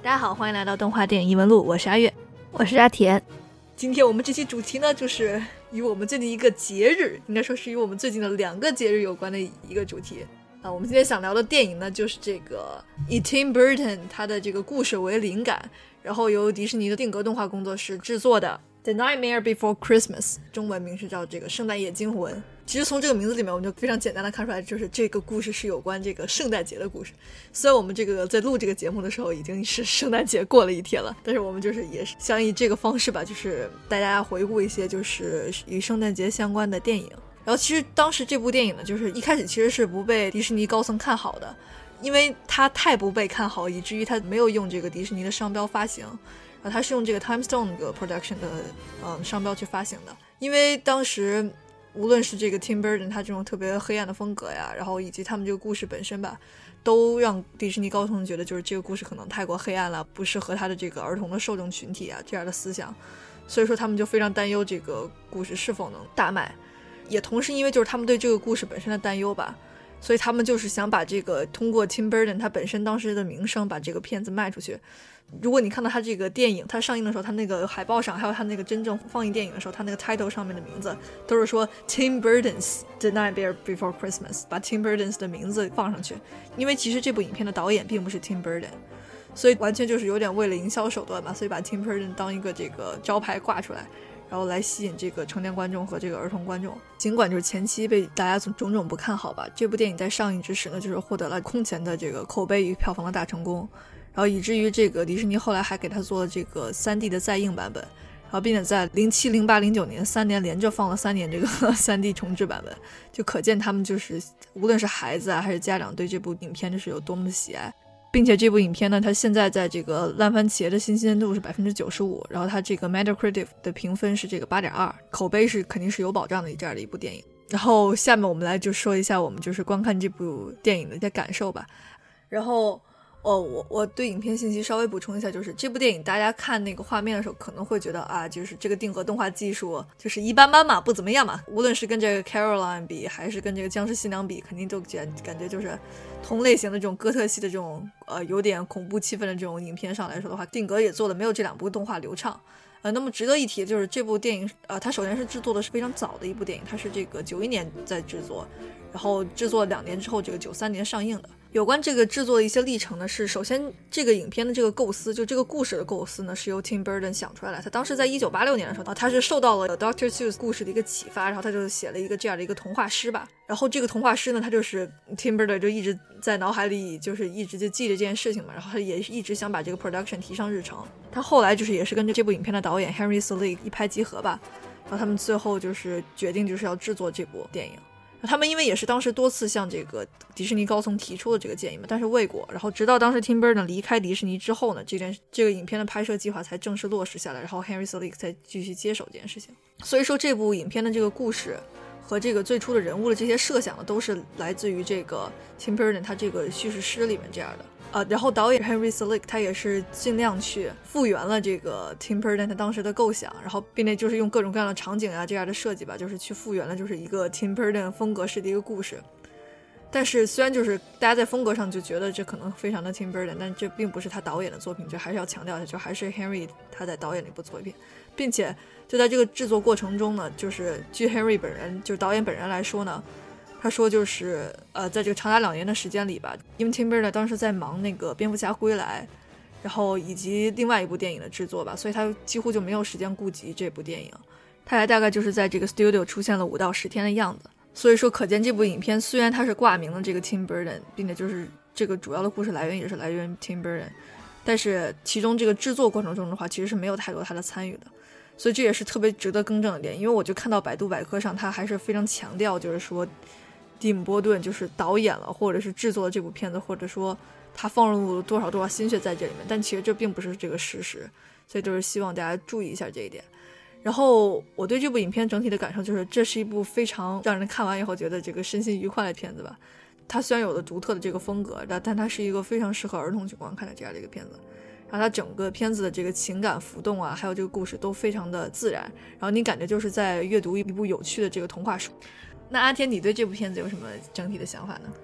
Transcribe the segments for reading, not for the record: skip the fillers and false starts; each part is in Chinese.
大家好，欢迎来到动画电影异闻录，我是阿月， 我是阿田。 今天我们这期主题呢，就是与我们最近一个节日，应该说是与我们最近的2个节日有关的一个主题啊。我们今天想聊的电影呢，就是这个以 Tim Burton 他的这个故事为灵感，然后由迪士尼的定格动画工作室制作的 The Nightmare Before Christmas， 中文名是叫这个圣诞夜惊魂。其实从这个名字里面我们就非常简单的看出来，就是这个故事是有关这个圣诞节的故事。虽然我们这个在录这个节目的时候已经是圣诞节过了一天了，但是我们就是也是想以这个方式吧，就是带大家回顾一些就是与圣诞节相关的电影。然后其实当时这部电影呢，就是一开始其实是不被迪士尼高层看好的，因为它太不被看好，以至于它没有用这个迪士尼的商标发行，然后它是用这个 Time Stone 的 Production 的商标去发行的。因为当时无论是这个 Tim Burton 他这种特别黑暗的风格呀，然后以及他们这个故事本身吧，都让迪士尼高层觉得就是这个故事可能太过黑暗了，不适合他的这个儿童的受众群体啊这样的思想，所以说他们就非常担忧这个故事是否能大卖，也同时因为就是他们对这个故事本身的担忧吧，所以他们就是想把这个通过 Tim Burton 他本身当时的名声把这个片子卖出去。如果你看到他这个电影他上映的时候，他那个海报上还有他那个真正放映电影的时候，他那个 title 上面的名字都是说 Tim Burton's The Nightmare Before Christmas， 把 Tim Burton's 的名字放上去。因为其实这部影片的导演并不是 Tim Burton， 所以完全就是有点为了营销手段吧，所以把 Tim Burton 当一个这个招牌挂出来，然后来吸引这个成年观众和这个儿童观众。尽管就是前期被大家种种不看好吧，这部电影在上映之时呢，就是获得了空前的这个口碑与票房的大成功，然后以至于这个迪士尼后来还给他做了这个 3D 的再映版本，然后并且在07、08、09年3年连着放了3年这个 3D 重制版本，就可见他们就是无论是孩子啊还是家长对这部影片就是有多么的喜爱。并且这部影片呢，它现在在这个烂番茄的新鲜度是 95%， 然后它这个 Metacritic 的评分是这个 8.2， 口碑是肯定是有保障的这样的一部电影。然后下面我们来就说一下我们就是观看这部电影的一些感受吧。然后我对影片信息稍微补充一下，就是这部电影大家看那个画面的时候可能会觉得啊，就是这个定格动画技术就是一般般嘛，不怎么样嘛，无论是跟这个 Caroline 比还是跟这个僵尸新娘比，肯定都感觉就是同类型的这种哥特系的这种有点恐怖气氛的这种影片上来说的话，定格也做的没有这2部动画流畅。那么值得一提的就是这部电影它首先是制作的是非常早的一部电影，它是这个91年在制作，然后制作2年之后这个93年上映的。有关这个制作的一些历程呢，是首先这个影片的这个构思，就这个故事的构思呢，是由 Tim Burton 想出来的。他当时在1986年的时候他是受到了 Dr. Seuss 故事的一个启发，然后他就写了一个这样的一个童话诗吧。然后这个童话诗呢，他就是 Tim Burton 就一直在脑海里就是一直就记着这件事情嘛，然后他也一直想把这个 production 提上日程。他后来就是也是跟着这部影片的导演 Henry Selick 一拍即合吧，然后他们最后就是决定就是要制作这部电影。他们因为也是当时多次向这个迪士尼高层提出了这个建议嘛，但是未果，然后直到当时 Tim Burton 离开迪士尼之后呢，这个影片的拍摄计划才正式落实下来，然后 Henry Selick 才继续接手这件事情。所以说这部影片的这个故事和这个最初的人物的这些设想呢，都是来自于这个 Tim Burton 他这个叙事诗里面这样的。然后导演 Henry Selick 他也是尽量去复原了这个 Tim Burton 他当时的构想，然后并且就是用各种各样的场景啊这样的设计吧，就是去复原了就是一个 Tim Burton 风格式的一个故事。但是虽然就是大家在风格上就觉得这可能非常的 Tim Burton， 但这并不是他导演的作品，就还是要强调一下，就还是 Henry 他在导演的一部作品。并且就在这个制作过程中呢，就是据 Henry 本人就是导演本人来说呢，他说就是在这个长达2年的时间里吧，因为 Tim Burton 当时在忙那个蝙蝠侠归来，然后以及另外一部电影的制作吧，所以他几乎就没有时间顾及这部电影。他还大概就是在这个 studio 出现了5到10天的样子。所以说可见这部影片虽然它是挂名了这个 Tim Burton， 并且就是这个主要的故事来源也是来源于 Tim Burton， 但是其中这个制作过程中的话其实是没有太多他的参与的。所以这也是特别值得更正的点，因为我就看到百度百科上他还是非常强调就是说蒂姆·波顿就是导演了或者是制作了这部片子，或者说他放入了多少心血在这里面，但其实这并不是这个事实，所以就是希望大家注意一下这一点。然后我对这部影片整体的感受就是这是一部非常让人看完以后觉得这个身心愉快的片子吧。它虽然有了独特的这个风格，但它是一个非常适合儿童去观看的这样的一个片子。然后它整个片子的这个情感浮动啊，还有这个故事都非常的自然，然后你感觉就是在阅读一部有趣的这个童话书。那阿天，你对这部片子有什么整体的想法呢？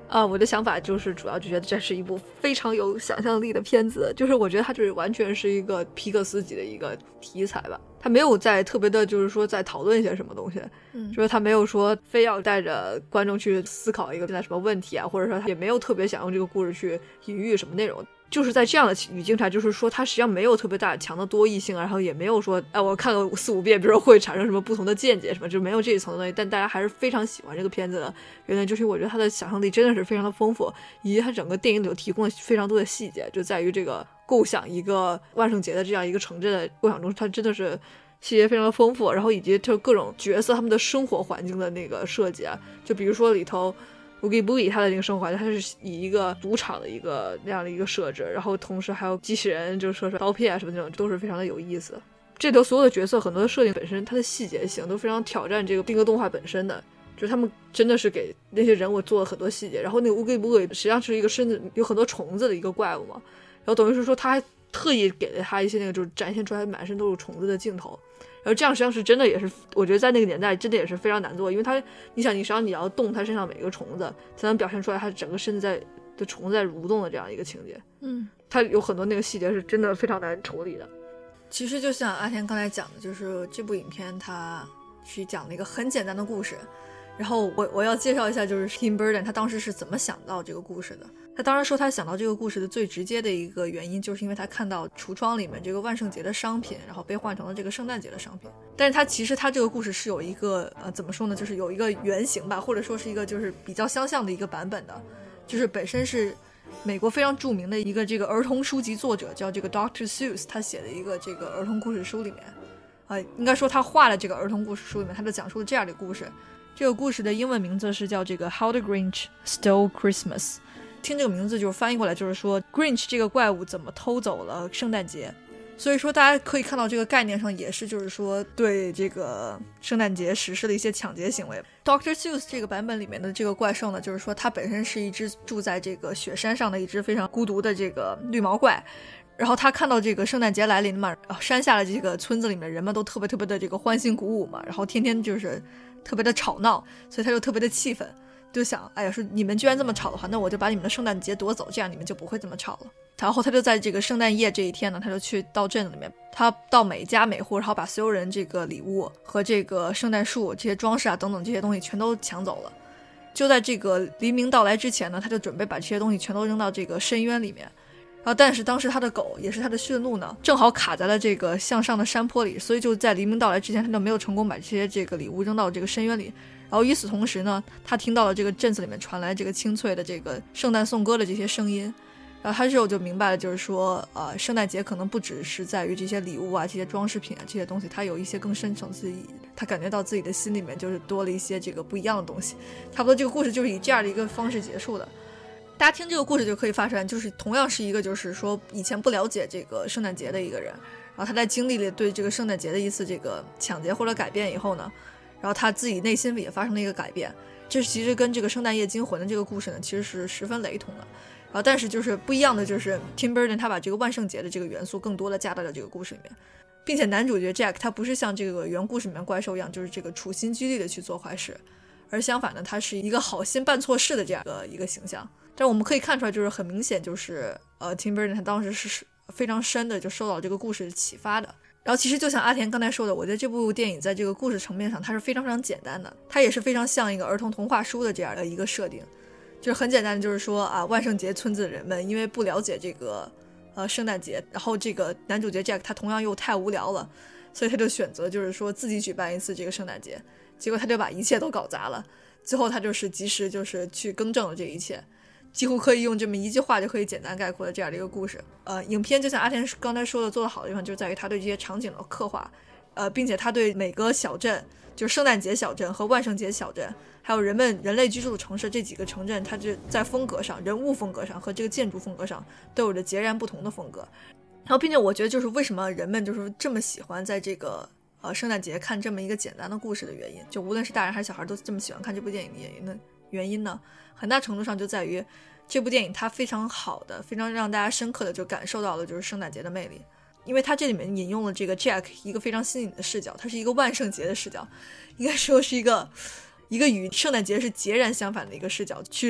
我的想法就是主要就觉得这是一部非常有想象力的片子，就是我觉得它就是完全是一个皮克斯级的一个题材吧，他没有在特别的就是说在讨论一些什么东西，就是他没有说非要带着观众去思考一个现在什么问题啊，或者说他也没有特别想用这个故事去隐喻什么内容，就是在这样的语境下，就是说它实际上没有特别大强的多义性，然后也没有说我看了4-5遍比如说会产生什么不同的见解什么，就没有这一层的东西，但大家还是非常喜欢这个片子的原因就是我觉得它的想象力真的是非常的丰富，以及它整个电影里头提供了非常多的细节，就在于这个构想一个万圣节的这样一个城镇的构想中，它真的是细节非常的丰富，然后以及就各种角色他们的生活环境的那个设计啊，就比如说里头Oogie Boogie 他的那个生活环境，他是以一个赌场的一个那样的一个设置，然后同时还有机器人，就是说是刀片啊什么那种，都是非常的有意思。这头所有的角色很多的设定本身，它的细节性都非常挑战这个定格动画本身的，就是他们真的是给那些人物做了很多细节。然后那个 Oogie Boogie 实际上是一个身子有很多虫子的一个怪物嘛，然后等于是说他还特意给了他一些那个就是展现出来满身都是虫子的镜头。然后这样实际上是真的也是我觉得在那个年代真的也是非常难做，因为他你想你实际上你要动他身上每个虫子才能表现出来他整个身子的虫子在蠕动的这样一个情节，他有很多那个细节是真的非常难处理的。其实就像阿田刚才讲的，就是这部影片它是讲了一个很简单的故事，然后我要介绍一下就是 Tim Burton 他当时是怎么想到这个故事的。他当时说他想到这个故事的最直接的一个原因就是因为他看到橱窗里面这个万圣节的商品然后被换成了这个圣诞节的商品，但是他其实他这个故事是有一个怎么说呢，就是有一个原型吧，或者说是一个就是比较相像的一个版本的，就是本身是美国非常著名的一个这个儿童书籍作者叫这个 Dr. Seuss 他写的一个这个儿童故事书里面应该说他画的这个儿童故事书里面他就讲述了这样的故事。这个故事的英文名字是叫这个 How the Grinch Stole Christmas， 听这个名字就是翻译过来就是说 Grinch 这个怪物怎么偷走了圣诞节，所以说大家可以看到这个概念上也是就是说对这个圣诞节实施了一些抢劫行为。 Dr. Seuss 这个版本里面的这个怪兽呢，就是说它本身是一只住在这个雪山上的一只非常孤独的这个绿毛怪，然后他看到这个圣诞节来临嘛，山下的这个村子里面人们都特别特别的这个欢欣鼓舞嘛，然后天天就是特别的吵闹，所以他就特别的气愤，就想哎呀说你们居然这么吵的话，那我就把你们的圣诞节夺走，这样你们就不会这么吵了。然后他就在这个圣诞夜这一天呢，他就去到镇子里面，他到每家每户，然后把所有人这个礼物和这个圣诞树这些装饰啊等等这些东西全都抢走了。就在这个黎明到来之前呢，他就准备把这些东西全都扔到这个深渊里面，然后但是当时他的狗也是他的驯鹿呢，正好卡在了这个向上的山坡里，所以就在黎明到来之前他就没有成功把这些这个礼物扔到这个深渊里。然后与此同时呢，他听到了这个镇子里面传来这个清脆的这个圣诞颂歌的这些声音，然后他之后就明白了，就是说圣诞节可能不只是在于这些礼物啊这些装饰品啊这些东西，它有一些更深层次的意义，他感觉到自己的心里面就是多了一些这个不一样的东西。差不多这个故事就是以这样的一个方式结束的。大家听这个故事就可以发现，就是同样是一个就是说以前不了解这个圣诞节的一个人，然后他在经历了对这个圣诞节的一次这个抢劫或者改变以后呢，然后他自己内心也发生了一个改变，这其实跟这个圣诞夜惊魂的这个故事呢其实是十分雷同的。然后但是就是不一样的就是 Tim Burton 他把这个万圣节的这个元素更多的加到了这个故事里面，并且男主角 Jack 他不是像这个原故事里面怪兽一样就是这个处心积虑的去做坏事，而相反呢他是一个好心办错事的这样一个形象。但我们可以看出来就是很明显就是Tim Burton 他当时是非常深的就受到这个故事的启发的。然后其实就像阿田刚才说的，我觉得这部电影在这个故事层面上它是非常非常简单的，它也是非常像一个儿童童话书的这样的一个设定，就是很简单的就是说万圣节村子的人们因为不了解这个圣诞节，然后这个男主角 Jack 他同样又太无聊了，所以他就选择就是说自己举办一次这个圣诞节，结果他就把一切都搞砸了，最后他就是及时就是去更正了这一切，几乎可以用这么一句话就可以简单概括的这样的一个故事。影片就像阿田刚才说的做得好的地方就在于他对这些场景的刻画，并且他对每个小镇就是圣诞节小镇和万圣节小镇还有人类居住的城市这几个城镇，它就在风格上人物风格上和这个建筑风格上都有着截然不同的风格。然后并且我觉得就是为什么人们就是这么喜欢在这个圣诞节看这么一个简单的故事的原因，就无论是大人还是小孩都这么喜欢看这部电影的原因呢，很大程度上就在于这部电影它非常好的非常让大家深刻的就感受到了就是圣诞节的魅力，因为它这里面引用了这个 Jack 一个非常新颖的视角，它是一个万圣节的视角，应该说是一个与圣诞节是截然相反的一个视角去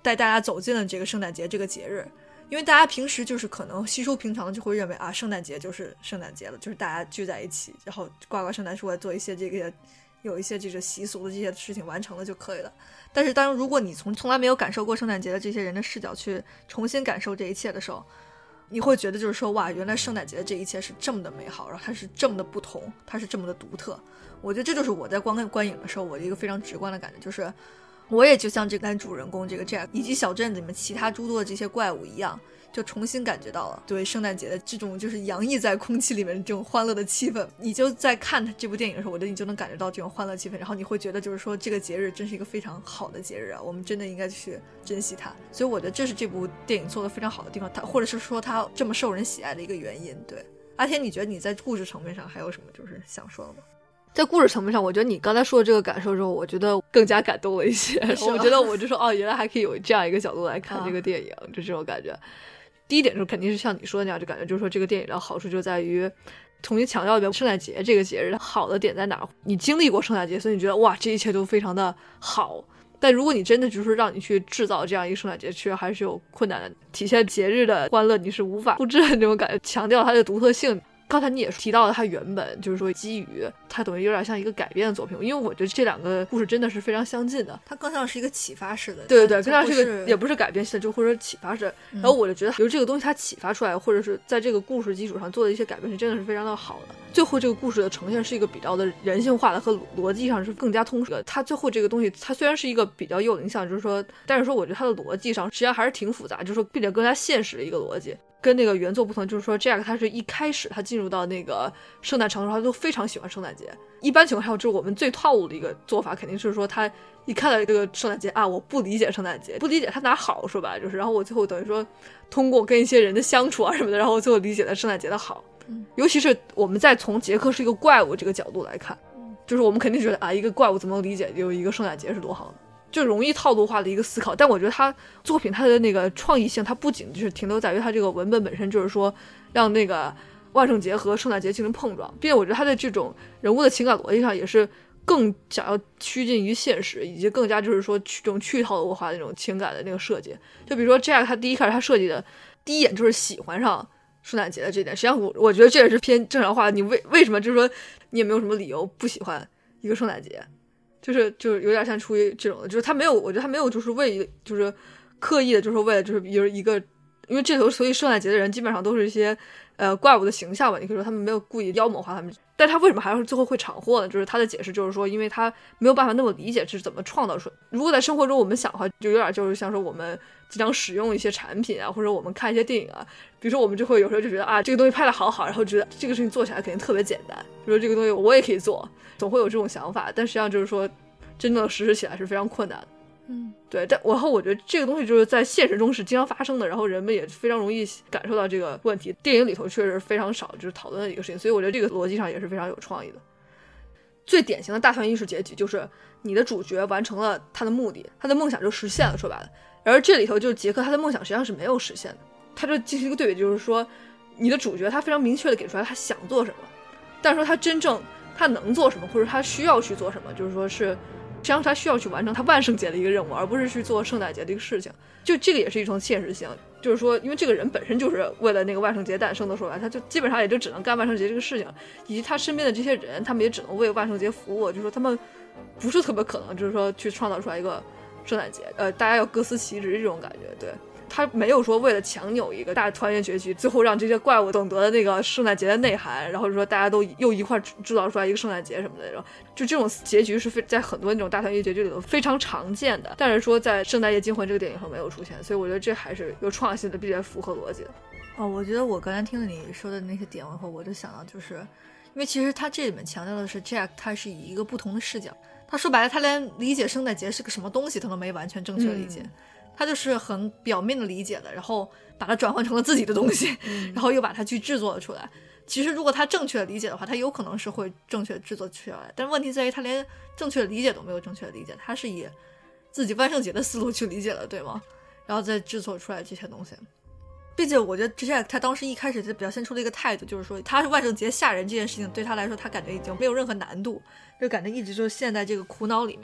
带大家走进了这个圣诞节这个节日。因为大家平时就是可能稀疏平常的就会认为啊，圣诞节就是圣诞节了，就是大家聚在一起，然后挂圣诞树啊，做一些这个有一些这个习俗的这些事情完成了就可以了。但是如果你从来没有感受过圣诞节的这些人的视角去重新感受这一切的时候，你会觉得就是说哇，原来圣诞节的这一切是这么的美好，然后它是这么的不同，它是这么的独特。我觉得这就是我在观影的时候我的一个非常直观的感觉，就是我也就像这个男主人公这个 Jack 以及小镇子里面其他诸多的这些怪物一样，就重新感觉到了对圣诞节的这种就是洋溢在空气里面的这种欢乐的气氛。你就在看这部电影的时候，我觉得你就能感觉到这种欢乐气氛，然后你会觉得就是说这个节日真是一个非常好的节日啊，我们真的应该去珍惜它。所以我觉得这是这部电影做的非常好的地方，它或者是说它这么受人喜爱的一个原因。对，阿天，你觉得你在故事层面上还有什么就是想说的吗？ 在故事层面上，我觉得你刚才说的这个感受之后，我觉得更加感动了一些。我觉得我就说哦，原来还可以有这样一个角度来看这个电影，就这种感觉。第一点就是肯定是像你说的那样，就感觉就是说这个电影的好处就在于重新强调一遍圣诞节这个节日好的点在哪儿。你经历过圣诞节，所以你觉得哇，这一切都非常的好。但如果你真的就是让你去制造这样一个圣诞节，其实还是有困难的。体现节日的欢乐，你是无法复制的这种感觉，强调它的独特性。刚才你也提到了，它原本就是说基于它等于有点像一个改编的作品，因为我觉得这两个故事真的是非常相近的， 它更像是一个启发式的， 对对对，更像是一个也不是改编式的，就或者说启发式。然后我就觉得，比如这个东西它启发出来，或者是在这个故事基础上做的一些改编是真的是非常的好的。最后这个故事的呈现是一个比较的人性化的，和逻辑上是更加通顺的。它最后这个东西，它虽然是一个比较幼龄向，就是说，但是说我觉得它的逻辑上实际上还是挺复杂，就是说并且更加现实的一个逻辑。跟那个原作不同，就是说 Jack 他是一开始他进入到那个圣诞城市，他都非常喜欢圣诞节。一般情况下，就是我们最套路的一个做法，肯定是说他一看到这个圣诞节啊，我不理解圣诞节，不理解他哪好，说吧，就是然后我最后等于说通过跟一些人的相处啊什么的，然后最后理解了圣诞节的好。尤其是我们再从杰克是一个怪物这个角度来看，就是我们肯定觉得啊，一个怪物怎么能理解有一个圣诞节是多好呢？就容易套路化的一个思考。但我觉得他作品他的那个创意性，他不仅就是停留在于他这个文本本身，就是说让那个万圣节和圣诞节进行碰撞，并且我觉得他的这种人物的情感逻辑上也是更想要趋近于现实，以及更加就是说这种去套路化的那种情感的那个设计。就比如说 Jack 他第一开始他设计的第一眼就是喜欢上圣诞节的这点，实际上我觉得这也是偏正常化的。你为什么就是说你也没有什么理由不喜欢一个圣诞节，就是有点像出于这种的，就是他没有，我觉得他没有就是就是刻意的，就是为了就是有一个，因为这头所以圣诞节的人基本上都是一些怪物的形象吧，你可以说他们没有故意妖魔化他们。但他为什么还是最后会闯祸呢？就是他的解释就是说，因为他没有办法那么理解这是怎么创造出来。如果在生活中我们想的话，就有点就是像说我们经常使用一些产品啊，或者我们看一些电影啊，比如说我们就会有时候就觉得啊，这个东西拍得好好，然后觉得这个事情做起来肯定特别简单，比如说这个东西我也可以做，总会有这种想法。但实际上就是说真正的实施起来是非常困难的。对，但我觉得这个东西就是在现实中是经常发生的，然后人们也非常容易感受到这个问题。电影里头确实非常少就是讨论的一个事情，所以我觉得这个逻辑上也是非常有创意的。最典型的大团圆艺术结局就是你的主角完成了他的目的，他的梦想就实现了，说白了。而这里头就是杰克他的梦想实际上是没有实现的，他就进行一个对比，就是说你的主角他非常明确的给出来他想做什么，但是说他真正他能做什么，或者他需要去做什么，就是说是实际上他需要去完成他万圣节的一个任务，而不是去做圣诞节的一个事情。就这个也是一种现实性，就是说因为这个人本身就是为了那个万圣节诞生的，说白了他就基本上也就只能干万圣节这个事情，以及他身边的这些人他们也只能为万圣节服务，就是说他们不是特别可能就是说去创造出来一个圣诞节，大家要各司其职这种感觉。对，他没有说为了强扭一个大团圆结局，最后让这些怪物懂得了那个圣诞节的内涵，然后说大家都又一块制造出来一个圣诞节什么的，就这种结局是在很多那种大团圆结局里头非常常见的，但是说在圣诞夜惊魂这个电影上没有出现，所以我觉得这还是有创新的，并且符合逻辑的。 我觉得我刚才听了你说的那些点以后，我就想到就是因为其实他这里面强调的是 Jack 他是以一个不同的视角，他说白了他连理解圣诞节是个什么东西他都没完全正确理解，他就是很表面的理解的，然后把它转换成了自己的东西，然后又把它去制作了出来。其实如果他正确的理解的话，他有可能是会正确制作出来，但问题在于他连正确的理解都没有正确的理解，他是以自己万圣节的思路去理解了，对吗？然后再制作出来这些东西。并且我觉得 Jack 他当时一开始就表现出了一个态度，就是说他是万圣节吓人这件事情对他来说他感觉已经没有任何难度，就感觉一直就陷在这个苦恼里面。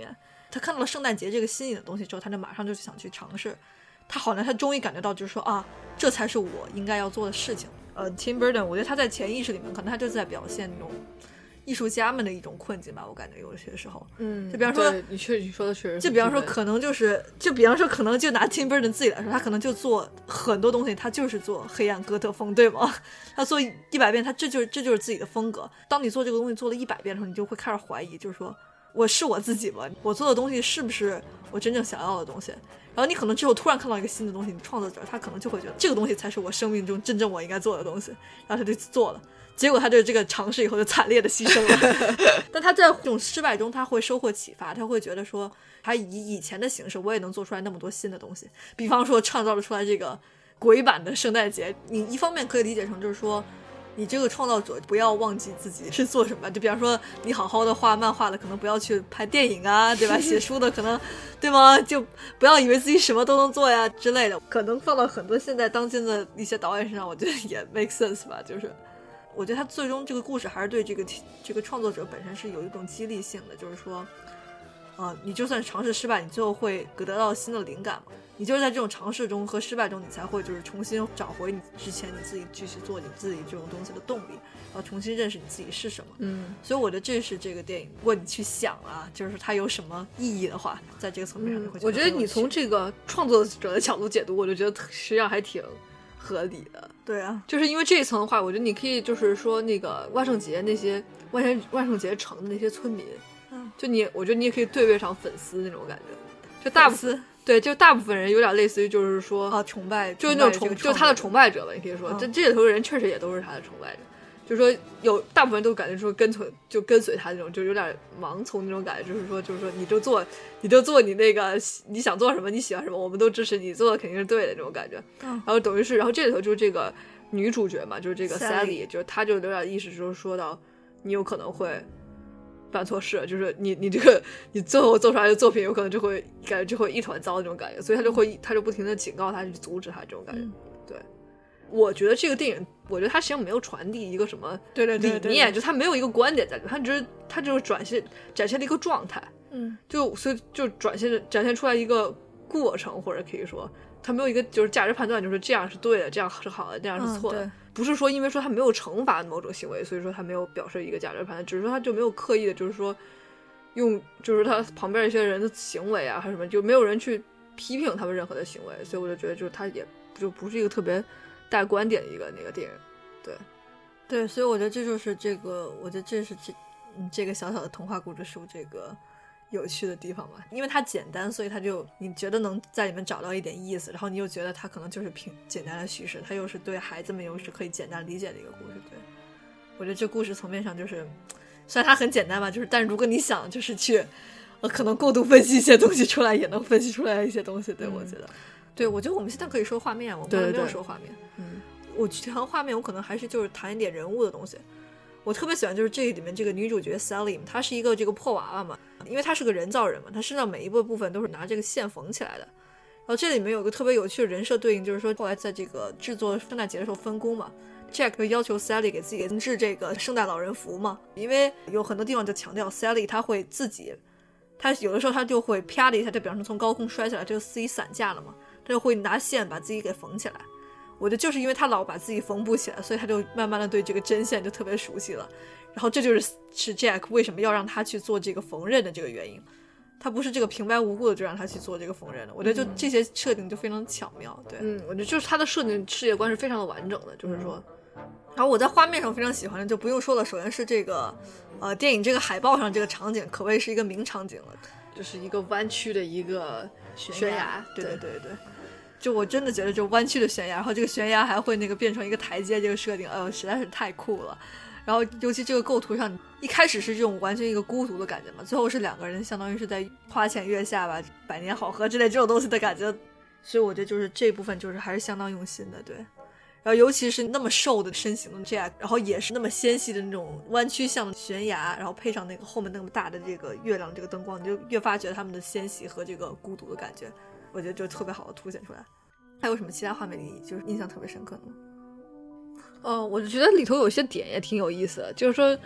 他看到了圣诞节这个新颖的东西之后，他就马上就想去尝试。他好像他终于感觉到，就是说啊，这才是我应该要做的事情。Tim Burton， 我觉得他在潜意识里面，可能他就是在表现那种艺术家们的一种困境吧。我感觉有些时候，就比方说， 你说的确实， 就比方说，可能比方说，可能就拿 Tim Burton 自己来说，他可能就做很多东西，他就是做黑暗哥特风，对吗？他做100遍，他这就是自己的风格。当你做这个东西做了100遍的时候，你就会开始怀疑，就是说我是我自己吗？我做的东西是不是我真正想要的东西？然后你可能之后突然看到一个新的东西，你创作者他可能就会觉得这个东西才是我生命中真正我应该做的东西，然后他就做了，结果他对这个尝试以后就惨烈的牺牲了。但他在这种失败中他会收获启发，他会觉得说他以前的形式我也能做出来那么多新的东西，比方说创造了出来这个鬼版的圣诞节。你一方面可以理解成就是说你这个创造者不要忘记自己是做什么，就比方说你好好的画漫画的可能不要去拍電影啊，对吧？写书的可能对吗，就不要以为自己什么都能做呀之类的，可能放到很多现在当今的一些导演身上我觉得也 make sense 吧。就是我觉得他最终这个故事还是对这个创作者本身是有一种激励性的，就是说你就算尝试失败，你最后会得到新的灵感嘛。你就是在这种尝试中和失败中，你才会就是重新找回你之前你自己继续做你自己这种东西的动力，然后重新认识你自己是什么。所以我觉得这是这个电影，如果你去想啊，就是它有什么意义的话，在这个层面上你会觉得我觉得你从这个创作者的角度解读，我就觉得实际上还挺合理的。 对啊， 就是因为这一层的话，我觉得你可以就是说那个万圣节那些万圣节城的那些村民，就我觉得你也可以对位上粉丝那种感觉，就大部分对，就大部分人有点类似于就是说崇拜， 就是那种就是他的崇拜者吧，你可以说，这里头的人确实也都是他的崇拜者，就是说有大部分都感觉说跟随他那种，就有点盲从那种感觉，就是说你就做你那个你想做什么你喜欢什么，我们都支持你做的肯定是对的这种感觉。然后等于是，然后这里头就是这个女主角嘛，就是这个 Sally， 就是她就有点意识，就是说到你有可能会办错事，就是你这个你最后做出来的作品有可能就会感觉就会一团糟那种感觉，所以他就不停的警告他去阻止他这种感觉。对，我觉得这个电影，我觉得他实际上没有传递一个什么理念，就他没有一个观点在里面，他只是展现了一个状态，所以就展现出来一个过程，或者可以说他没有一个就是价值判断，就是这样是对的，这样是好的，这样是错的。不是说因为说他没有惩罚某种行为，所以说他没有表示一个价值判断，只是说他就没有刻意的就是说用就是他旁边一些人的行为啊还是什么，就没有人去批评他们任何的行为，所以我就觉得就是他也就不是一个特别带观点的一个那个电影。 对，所以我觉得这就是我觉得这是这个小小的童话故事书这个有趣的地方吧，因为它简单，所以它就你觉得能在里面找到一点意思，然后你又觉得它可能就是简单的叙事，它又是对孩子们又是可以简单理解的一个故事。对，我觉得这故事层面上就是虽然它很简单吧，就是但是如果你想就是去可能过度分析一些东西出来，也能分析出来一些东西。对，我觉得对，我觉得我们现在可以说画面，我们没有说画面。我谈画面我可能还是就是谈一点人物的东西。我特别喜欢就是这里面这个女主角 Sally， 她是一个这个破娃娃嘛，因为她是个人造人嘛，她身上每一部分都是拿这个线缝起来的。然后这里面有个特别有趣的人设对应，就是说后来在这个制作圣诞节的时候分工嘛， Jack 就要求 Sally 给自己定制这个圣诞老人服嘛，因为有很多地方就强调 Sally 她会自己，她有的时候她就会啪的一下，就比方说从高空摔下来，就自己散架了嘛，她就会拿线把自己给缝起来。我觉得就是因为他老把自己缝不起来，所以他就慢慢的对这个针线就特别熟悉了，然后这就是Jack 为什么要让他去做这个缝纫的这个原因，他不是这个平白无故的就让他去做这个缝纫的。我觉得就这些设定就非常巧妙。对， 我觉得就是他的设定世界观是非常的完整的，就是说然后我在画面上非常喜欢的就不用说了，首先是这个电影这个海报上这个场景可谓是一个名场景了， 就是一个弯曲的一个悬崖。 对，就我真的觉得就弯曲的悬崖，然后这个悬崖还会那个变成一个台阶，这个设定实在是太酷了。然后尤其这个构图上，一开始是这种完全一个孤独的感觉嘛，最后是两个人相当于是在花前月下吧，百年好合之类这种东西的感觉，所以我觉得就是这部分就是还是相当用心的。对，然后尤其是那么瘦的身形的 Jack， 然后也是那么纤细的那种弯曲向的悬崖，然后配上那个后面那么大的这个月亮这个灯光，你就越发觉得他们的纤细和这个孤独的感觉，我觉得就特别好的凸显出来。还有什么其他画面里就是印象特别深刻的吗？ 我就觉得里头有些点也挺有意思的，就是说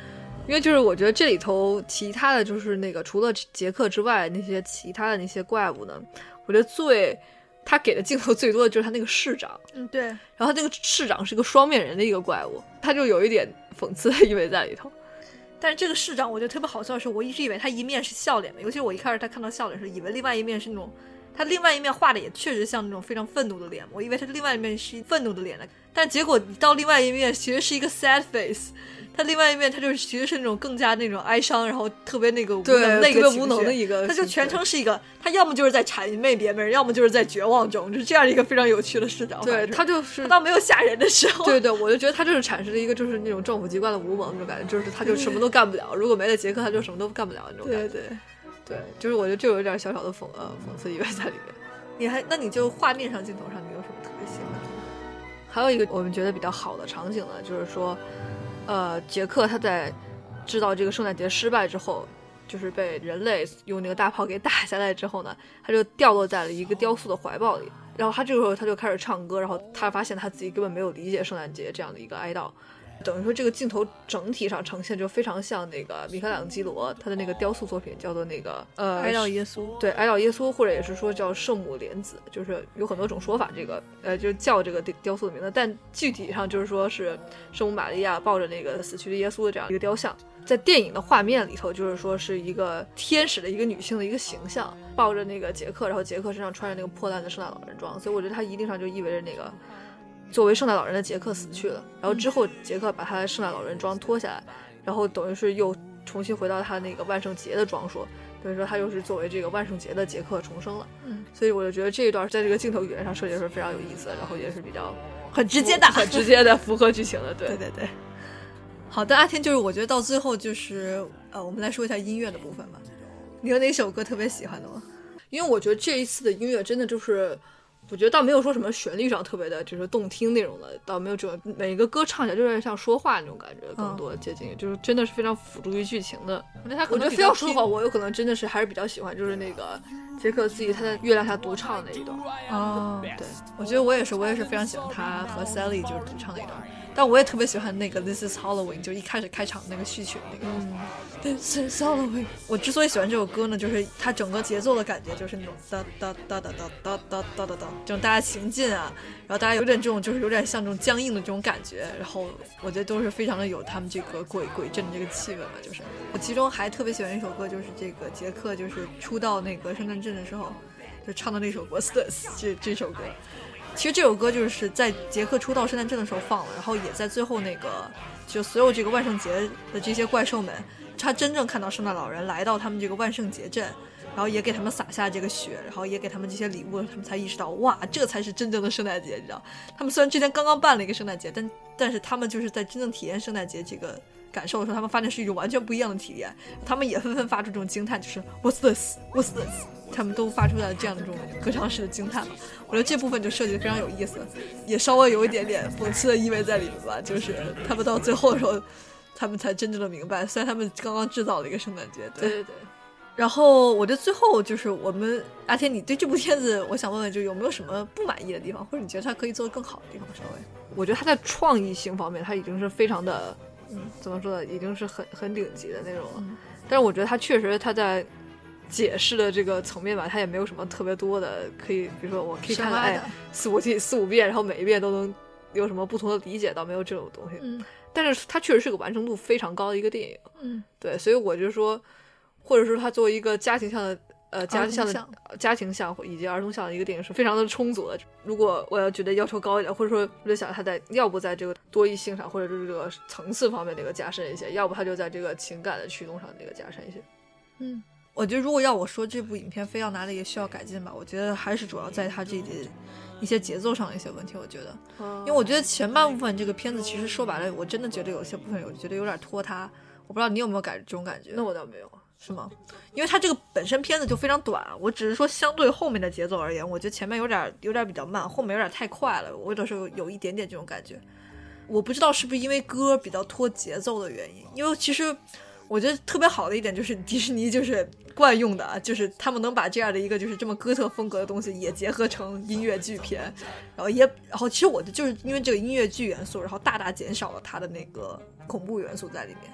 因为就是我觉得这里头其他的就是那个除了杰克之外那些其他的那些怪物呢，我觉得他给的镜头最多的就是他那个市长， 对， 然后他那个市长是个双面人的一个怪物，他就有一点讽刺的意味在里头。 但是这个市长我觉得特别好笑的是，我一直以为他一面是笑脸的，尤其是我一开始他看到笑脸时以为另外一面是那种他另外一面画的也确实像那种非常愤怒的脸，我以为他另外一面是愤怒的脸的，但结果到另外一面其实是一个 sad face， 他另外一面他就是其实是那种更加那种哀伤，然后特别那个无能的一个特别无能的一个， 他就全程是一个他要么就是在谄媚别人，要么就是在绝望中，就是这样一个非常有趣的视角。 对，他就是他倒没有吓人的时候。 对对，我就觉得他就是阐释了一个就是那种政府机关的无能那种感觉，就是他就什么都干不了，如果没了杰克他就什么都干不了那种感觉。 对对对，就是我觉得就有一点小小的讽刺意味在里面。 那你就画面上镜头上你有什么特别喜欢的？ 还有一个我们觉得比较好的场景呢，就是说杰克他在知道这个圣诞节失败之后，就是被人类用那个大炮给打下来之后呢，他就掉落在了一个雕塑的怀抱里，然后他这个时候他就开始唱歌，然后他发现他自己根本没有理解圣诞节这样的一个哀悼，等于说这个镜头整体上呈现就非常像那个米开朗基罗他的那个雕塑作品叫做那个哀悼耶稣， 对，哀悼耶稣，或者也是说叫圣母莲子，就是有很多种说法，这个就是叫这个雕塑的名字，但具体上就是说是圣母玛利亚抱着那个死去的耶稣的这样一个雕像。在电影的画面里头，就是说是一个天使的一个女性的一个形象，抱着那个杰克，然后杰克身上穿着那个破烂的圣诞老人装，所以我觉得他一定上就意味着那个作为圣诞老人的杰克死去了，然后之后杰克把他的圣诞老人装脱下来，然后等于是又重新回到他那个万圣节的装束，等于说他又是作为这个万圣节的杰克重生了。所以我就觉得这一段在这个镜头语言上设计的是非常有意思的，然后也是比较很直接的符合剧情的。对对对对。好的，阿天，就是我觉得到最后就是我们来说一下音乐的部分吧。你有哪首歌特别喜欢的吗？ 因为我觉得这一次的音乐真的就是我觉得倒没有说什么旋律上特别的就是动听那种的，倒没有这种每一个歌唱起来就有点像说话那种感觉，更多的接近就是真的是非常辅助于剧情的。 我觉得非要说的话，我有可能真的是还是比较喜欢就是那个杰克自己他在月亮下独唱那一段。 对，我觉得我也是非常喜欢他和 Sally 就是独唱那一段，但我也特别喜欢那个 This is Halloween， 就一开始开场那个序曲那个This is Halloween。 我之所以喜欢这首歌呢，就是它整个节奏的感觉就是那种哒哒哒哒哒哒哒哒哒，这种大家行进啊，然后大家有点这种就是有点像这种僵硬的这种感觉，然后我觉得都是非常的有他们这个鬼阵的这个气氛嘛。就是我其中还特别喜欢一首歌，就是这个杰克就是出到那个圣诞镇的时候就唱的那首 What's This 这首歌。其实这首歌就是在杰克出到圣诞镇的时候放了，然后也在最后那个就所有这个万圣节的这些怪兽们，他真正看到圣诞老人来到他们这个万圣节镇，然后也给他们撒下这个雪，然后也给他们这些礼物，他们才意识到哇，这才是真正的圣诞节。你知道，他们虽然之前刚刚办了一个圣诞节，但是他们就是在真正体验圣诞节这个感受的时候，他们发现是一种完全不一样的体验，他们也纷纷发出这种惊叹，就是 What's this? What's this? 他们都发出来了这样的这种歌唱式的惊叹嘛。我觉得这部分就设计得非常有意思，也稍微有一点点讽刺的意味在里面吧，就是他们到最后的时候他们才真正的明白，虽然他们刚刚制造了一个圣诞节。 对对对。 然后我觉得最后就是我们阿天，你对这部片子我想问问，就有没有什么不满意的地方，或者你觉得它可以做得更好的地方？稍微我觉得它在创意性方面它已经是非常的怎么说呢，已经是很顶级的那种了。但是我觉得它确实它在解释的这个层面吧，它也没有什么特别多的可以，比如说我可以看四五遍，然后每一遍都能有什么不同的理解，倒没有这种东西。但是它确实是个完成度非常高的一个电影。对，所以我就说，或者说它作为一个家庭向的家庭向以及儿童向的一个电影是非常的充足的。如果我要觉得要求高一点，或者说我就想它在要不在这个多义性上或者是这个层次方面这个加深一些，要不它就在这个情感的驱动上这个加深一些。 我觉得如果要我说这部影片非要哪里也需要改进吧，我觉得还是主要在它这一些节奏上的一些问题。我觉得因为我觉得前半部分这个片子其实说白了，我真的觉得有些部分觉得有点拖沓，我不知道你有没有这种感觉。 那我倒没有。 是吗？因为它这个本身片子就非常短，我只是说相对后面的节奏而言，我觉得前面有点比较慢，后面有点太快了，我有的时候有一点点这种感觉。我不知道是不是因为歌比较拖节奏的原因，因为其实我觉得特别好的一点就是迪士尼就是惯用的，就是他们能把这样的一个就是这么哥特风格的东西也结合成音乐剧片，然后其实我就是因为这个音乐剧元素，然后大大减少了它的那个恐怖元素在里面。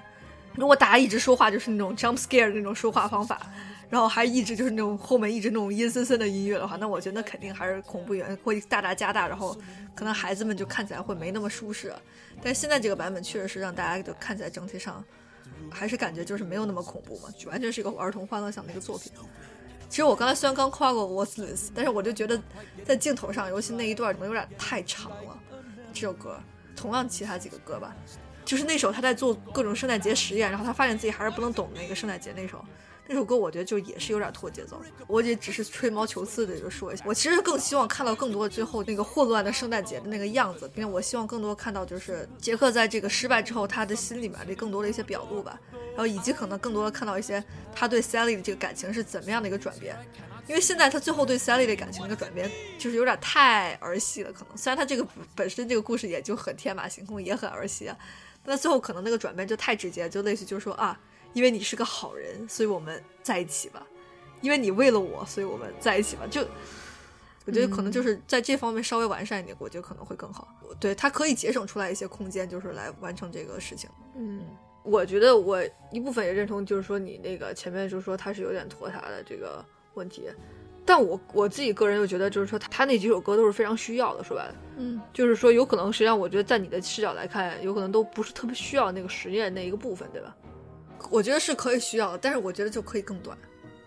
如果大家一直说话就是那种 jump scare 的那种说话方法，然后还一直就是那种后面一直那种阴森森的音乐的话，那我觉得那肯定还是恐怖源会大大加大，然后可能孩子们就看起来会没那么舒适。但是现在这个版本确实是让大家就看起来整体上还是感觉就是没有那么恐怖嘛，完全是一个儿童欢乐向的一个作品。其实我刚才虽然刚夸过 Worthless， 但是我就觉得在镜头上，尤其那一段有点太长了。这首歌同样其他几个歌吧，就是那首他在做各种圣诞节实验，然后他发现自己还是不能懂那个圣诞节那首歌，我觉得就也是有点拖节奏。我也只是吹毛求疵的就说一下，我其实更希望看到更多最后那个混乱的圣诞节的那个样子，并且我希望更多看到就是杰克在这个失败之后他的心里面的更多的一些表露吧，然后以及可能更多的看到一些他对 Sally 的这个感情是怎么样的一个转变。因为现在他最后对 Sally 的感情的一个转变就是有点太儿戏了，可能虽然他这个本身这个故事也就很天马行空也很儿戏啊，但最后可能那个转变就太直接，就类似就是说啊，因为你是个好人所以我们在一起吧，因为你为了我所以我们在一起吧，就我觉得可能就是在这方面稍微完善一点，我觉得可能会更好。对，他可以节省出来一些空间就是来完成这个事情。 我觉得我一部分也认同就是说你那个前面就是说他是有点拖沓的这个问题，但我自己个人又觉得就是说他那几首歌都是非常需要的，说白了就是说有可能实际上我觉得在你的视角来看有可能都不是特别需要那个实验那一个部分，对吧？ 我觉得是可以需要的，但是我觉得就可以更短。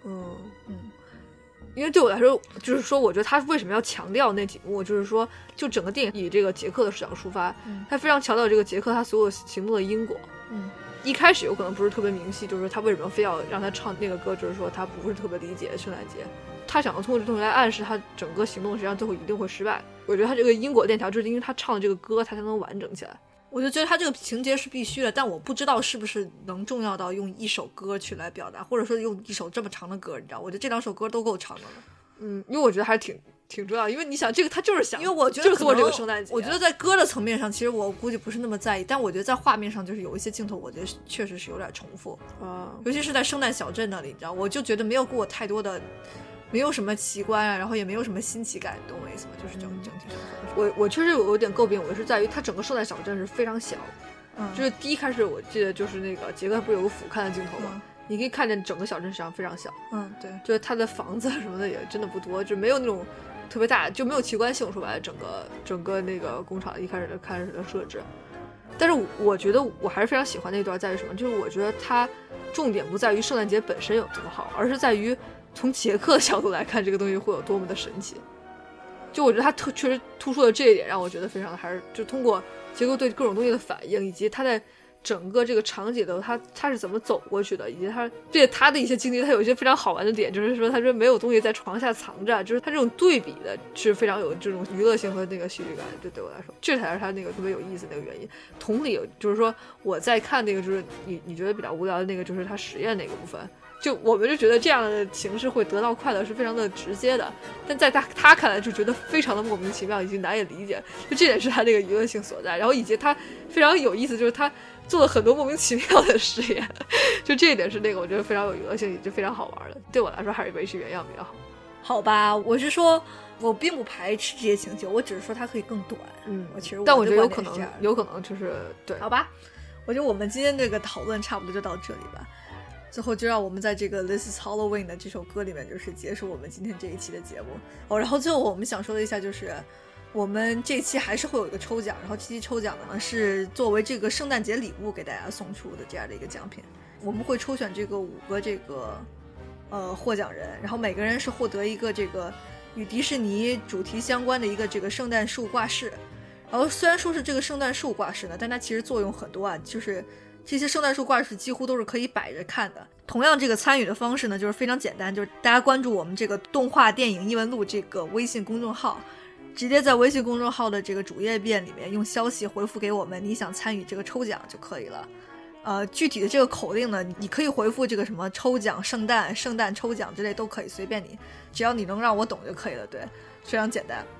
因为对我来说就是说我觉得他为什么要强调那几幕，就是说就整个电影以这个杰克的视角出发，他非常强调这个杰克他所有行动的因果。一开始有可能不是特别明细，就是说他为什么非要让他唱那个歌，就是说他不是特别理解圣诞节，他想要通过这东西来暗示他整个行动实际上最后一定会失败。我觉得他这个因果链条就是因为他唱的这个歌他才能完整起来。 我就觉得他这个情节是必须的，但我不知道是不是能重要到用一首歌去来表达，或者说用一首这么长的歌，你知道，我觉得这两首歌都够长的了。 因为我觉得还是挺重要，因为你想这个他就是想， 因为我觉得就做这个圣诞节。 我觉得在歌的层面上其实我估计不是那么在意，但我觉得在画面上就是有一些镜头我觉得确实是有点重复尤其是在圣诞小镇那里，你知道，我就觉得没有给我太多的，没有什么奇观啊，然后也没有什么新奇感，懂我意思吗？就是整体上我确实有点诟病，我是在于它整个圣诞小镇是非常小就是第一开始我记得就是那个杰克不是有个俯瞰的镜头吗你可以看见整个小镇实际上非常小对， 就是他的房子什么的也真的不多，就没有那种特别大，就没有奇观性，说白了整个那个工厂一开始的设置。但是我觉得我还是非常喜欢那段在于什么，就是我觉得它重点不在于圣诞节本身有多好，而是在于从杰克的角度来看这个东西会有多么的神奇。就我觉得他确实突出了这一点，让我觉得非常的还是就通过杰克对各种东西的反应，以及他在整个这个场景的他是怎么走过去的，以及他的一些经历，他有一些非常好玩的点，就是说他说没有东西在床下藏着，就是他这种对比的是非常有这种娱乐性和那个戏剧感，这对我来说这才是他那个特别有意思的那个原因。同理就是说我在看那个就是你觉得比较无聊的那个就是他实验那个部分，就我们就觉得这样的形式会得到快乐是非常的直接的，但在他看来就觉得非常的莫名其妙以及难以理解，就这点是他那个娱乐性所在。然后以及他非常有意思，就是他做了很多莫名其妙的实验，就这一点是那个我觉得非常有娱乐性，也就非常好玩的。对我来说还是维持原样比较好。 好吧，我是说我并不排斥这些情节，我只是说它可以更短。 但我觉得有可能就是对。 好吧，我觉得我们今天这个讨论差不多就到这里吧。最后就让我们在这个 This is Halloween 的这首歌里面就是结束我们今天这一期的节目然后最后我们想说的一下就是我们这期还是会有一个抽奖，然后这期抽奖的呢是作为这个圣诞节礼物给大家送出的这样的一个奖品，我们会抽选这个5个这个获奖人，然后每个人是获得一个这个与迪士尼主题相关的一个这个圣诞树挂饰。然后虽然说是这个圣诞树挂饰呢，但它其实作用很多就是这些圣诞树挂饰几乎都是可以摆着看的。同样这个参与的方式呢就是非常简单，就是大家关注我们这个动画电影异闻录这个微信公众号，直接在微信公众号的这个主页页里面用消息回复给我们你想参与这个抽奖就可以了。具体的这个口令呢你可以回复这个什么抽奖圣诞抽奖之类都可以，随便你，只要你能让我懂就可以了。对，非常简单。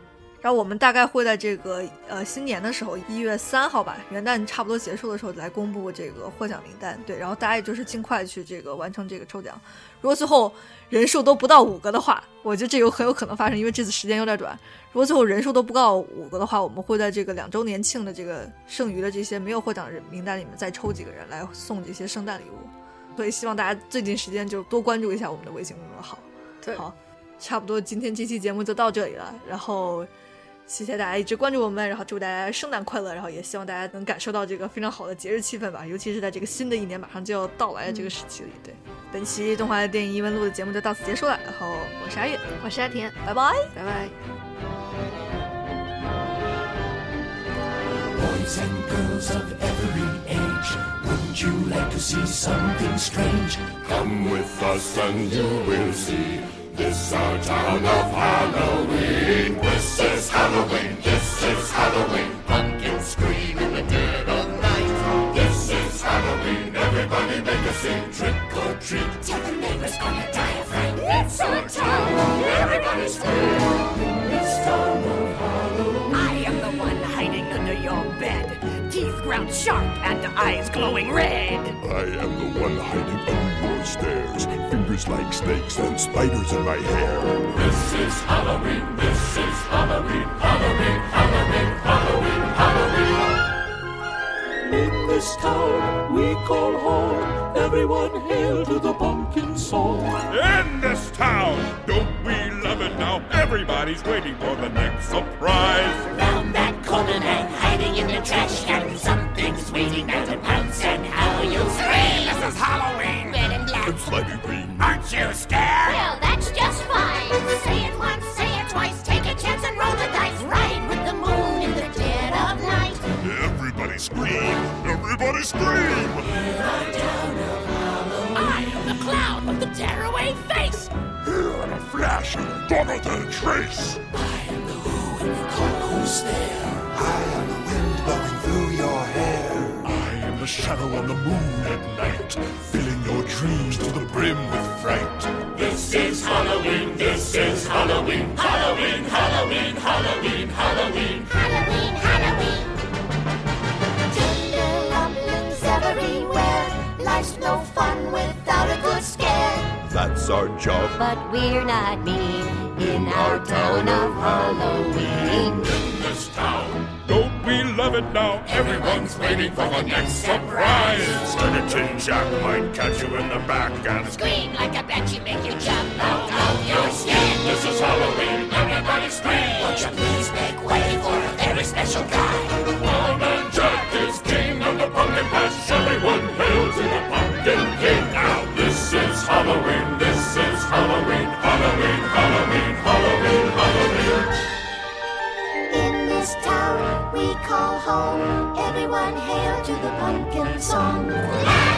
然后我们大概会在这个新年的时候1月3号吧，元旦差不多结束的时候来公布这个获奖名单。对，然后大家也就是尽快去这个完成这个抽奖。如果最后人数都不到5个的话，我觉得这很有可能发生，因为这次时间有点短。如果最后人数都不到5个的话，我们会在这个2周年庆的这个剩余的这些没有获奖人名单里面再抽几个人来送这些圣诞礼物。所以希望大家最近时间就多关注一下我们的微信公众号。 对， 好，差不多今天这期节目就到这里了，然后谢谢大家一直关注我们，然后祝大家圣诞快乐，然后也希望大家能感受到这个非常好的节日气氛吧，尤其是在这个新的一年马上就要到来的这个时期里。对，本期动画的电影异闻录的节目就到此结束了，然后我是阿月， 我是阿田， 拜拜， 拜拜。 Boys and girls of every age, wouldn't you like to see something strange? Come with us and you will see. This our town of Halloween. This is Halloween, this is Halloween. Pumpkins scream in the dead of night. This is Halloween, everybody make a scene. Trick or treat, tell the neighbors gonna die of fright. It's our town, everybody scream. This town of Halloween. I am the one hiding under your bed, teeth ground sharp and eyes glowing red. I am the one hiding under your stairs, fingers like snakes and spiders in my hair. This is Halloween, this is Halloween, Halloween, Halloween, Halloween, Halloween. In this town we call home, everyone hail to the pumpkin song. In this town, don't we love it now? Everybody's waiting for the next surprise. Round that corner and hiding in the trash can, something's waiting there to pounce and how you'll scream. This is Halloween. Red and black. And slimy green. Aren't you scared? Well, that's just fine. Say it once, say it twice, take a chance and roll the dice. Ride with the moon in the dead of night. Everybody scream, everybody scream. In our town of Halloween, I am the clown with the tearaway face. Here in a flash, gone without a trace. I am the who and you call who's there. I am the wind blowing through your hair. I am the shadow on the moon at night, filling your dreams to the brim with fright. This is Halloween, this is Halloween, Halloween, Halloween, Halloween, Halloween, Halloween, Halloween. Tender lumberings everywhere. Life's no fun without a good scare. That's our job. But we're not mean in our town of Halloween. In this town, Don't we love it now? Everyone's waiting for the next surprise. Skeleton Jack might catch you in the back and Scream like a banshee, make you jump out of your skin. This is Halloween, everybody scream. Won't you please make way for a very special guy? Wild Man Jack is king of the pumpkin patch. Everyone hail to the pumpkin king. Now this is Halloween, this is Halloween, Halloween, Halloween, Halloween, Halloween. In this town we call home, everyone hail to the pumpkin song.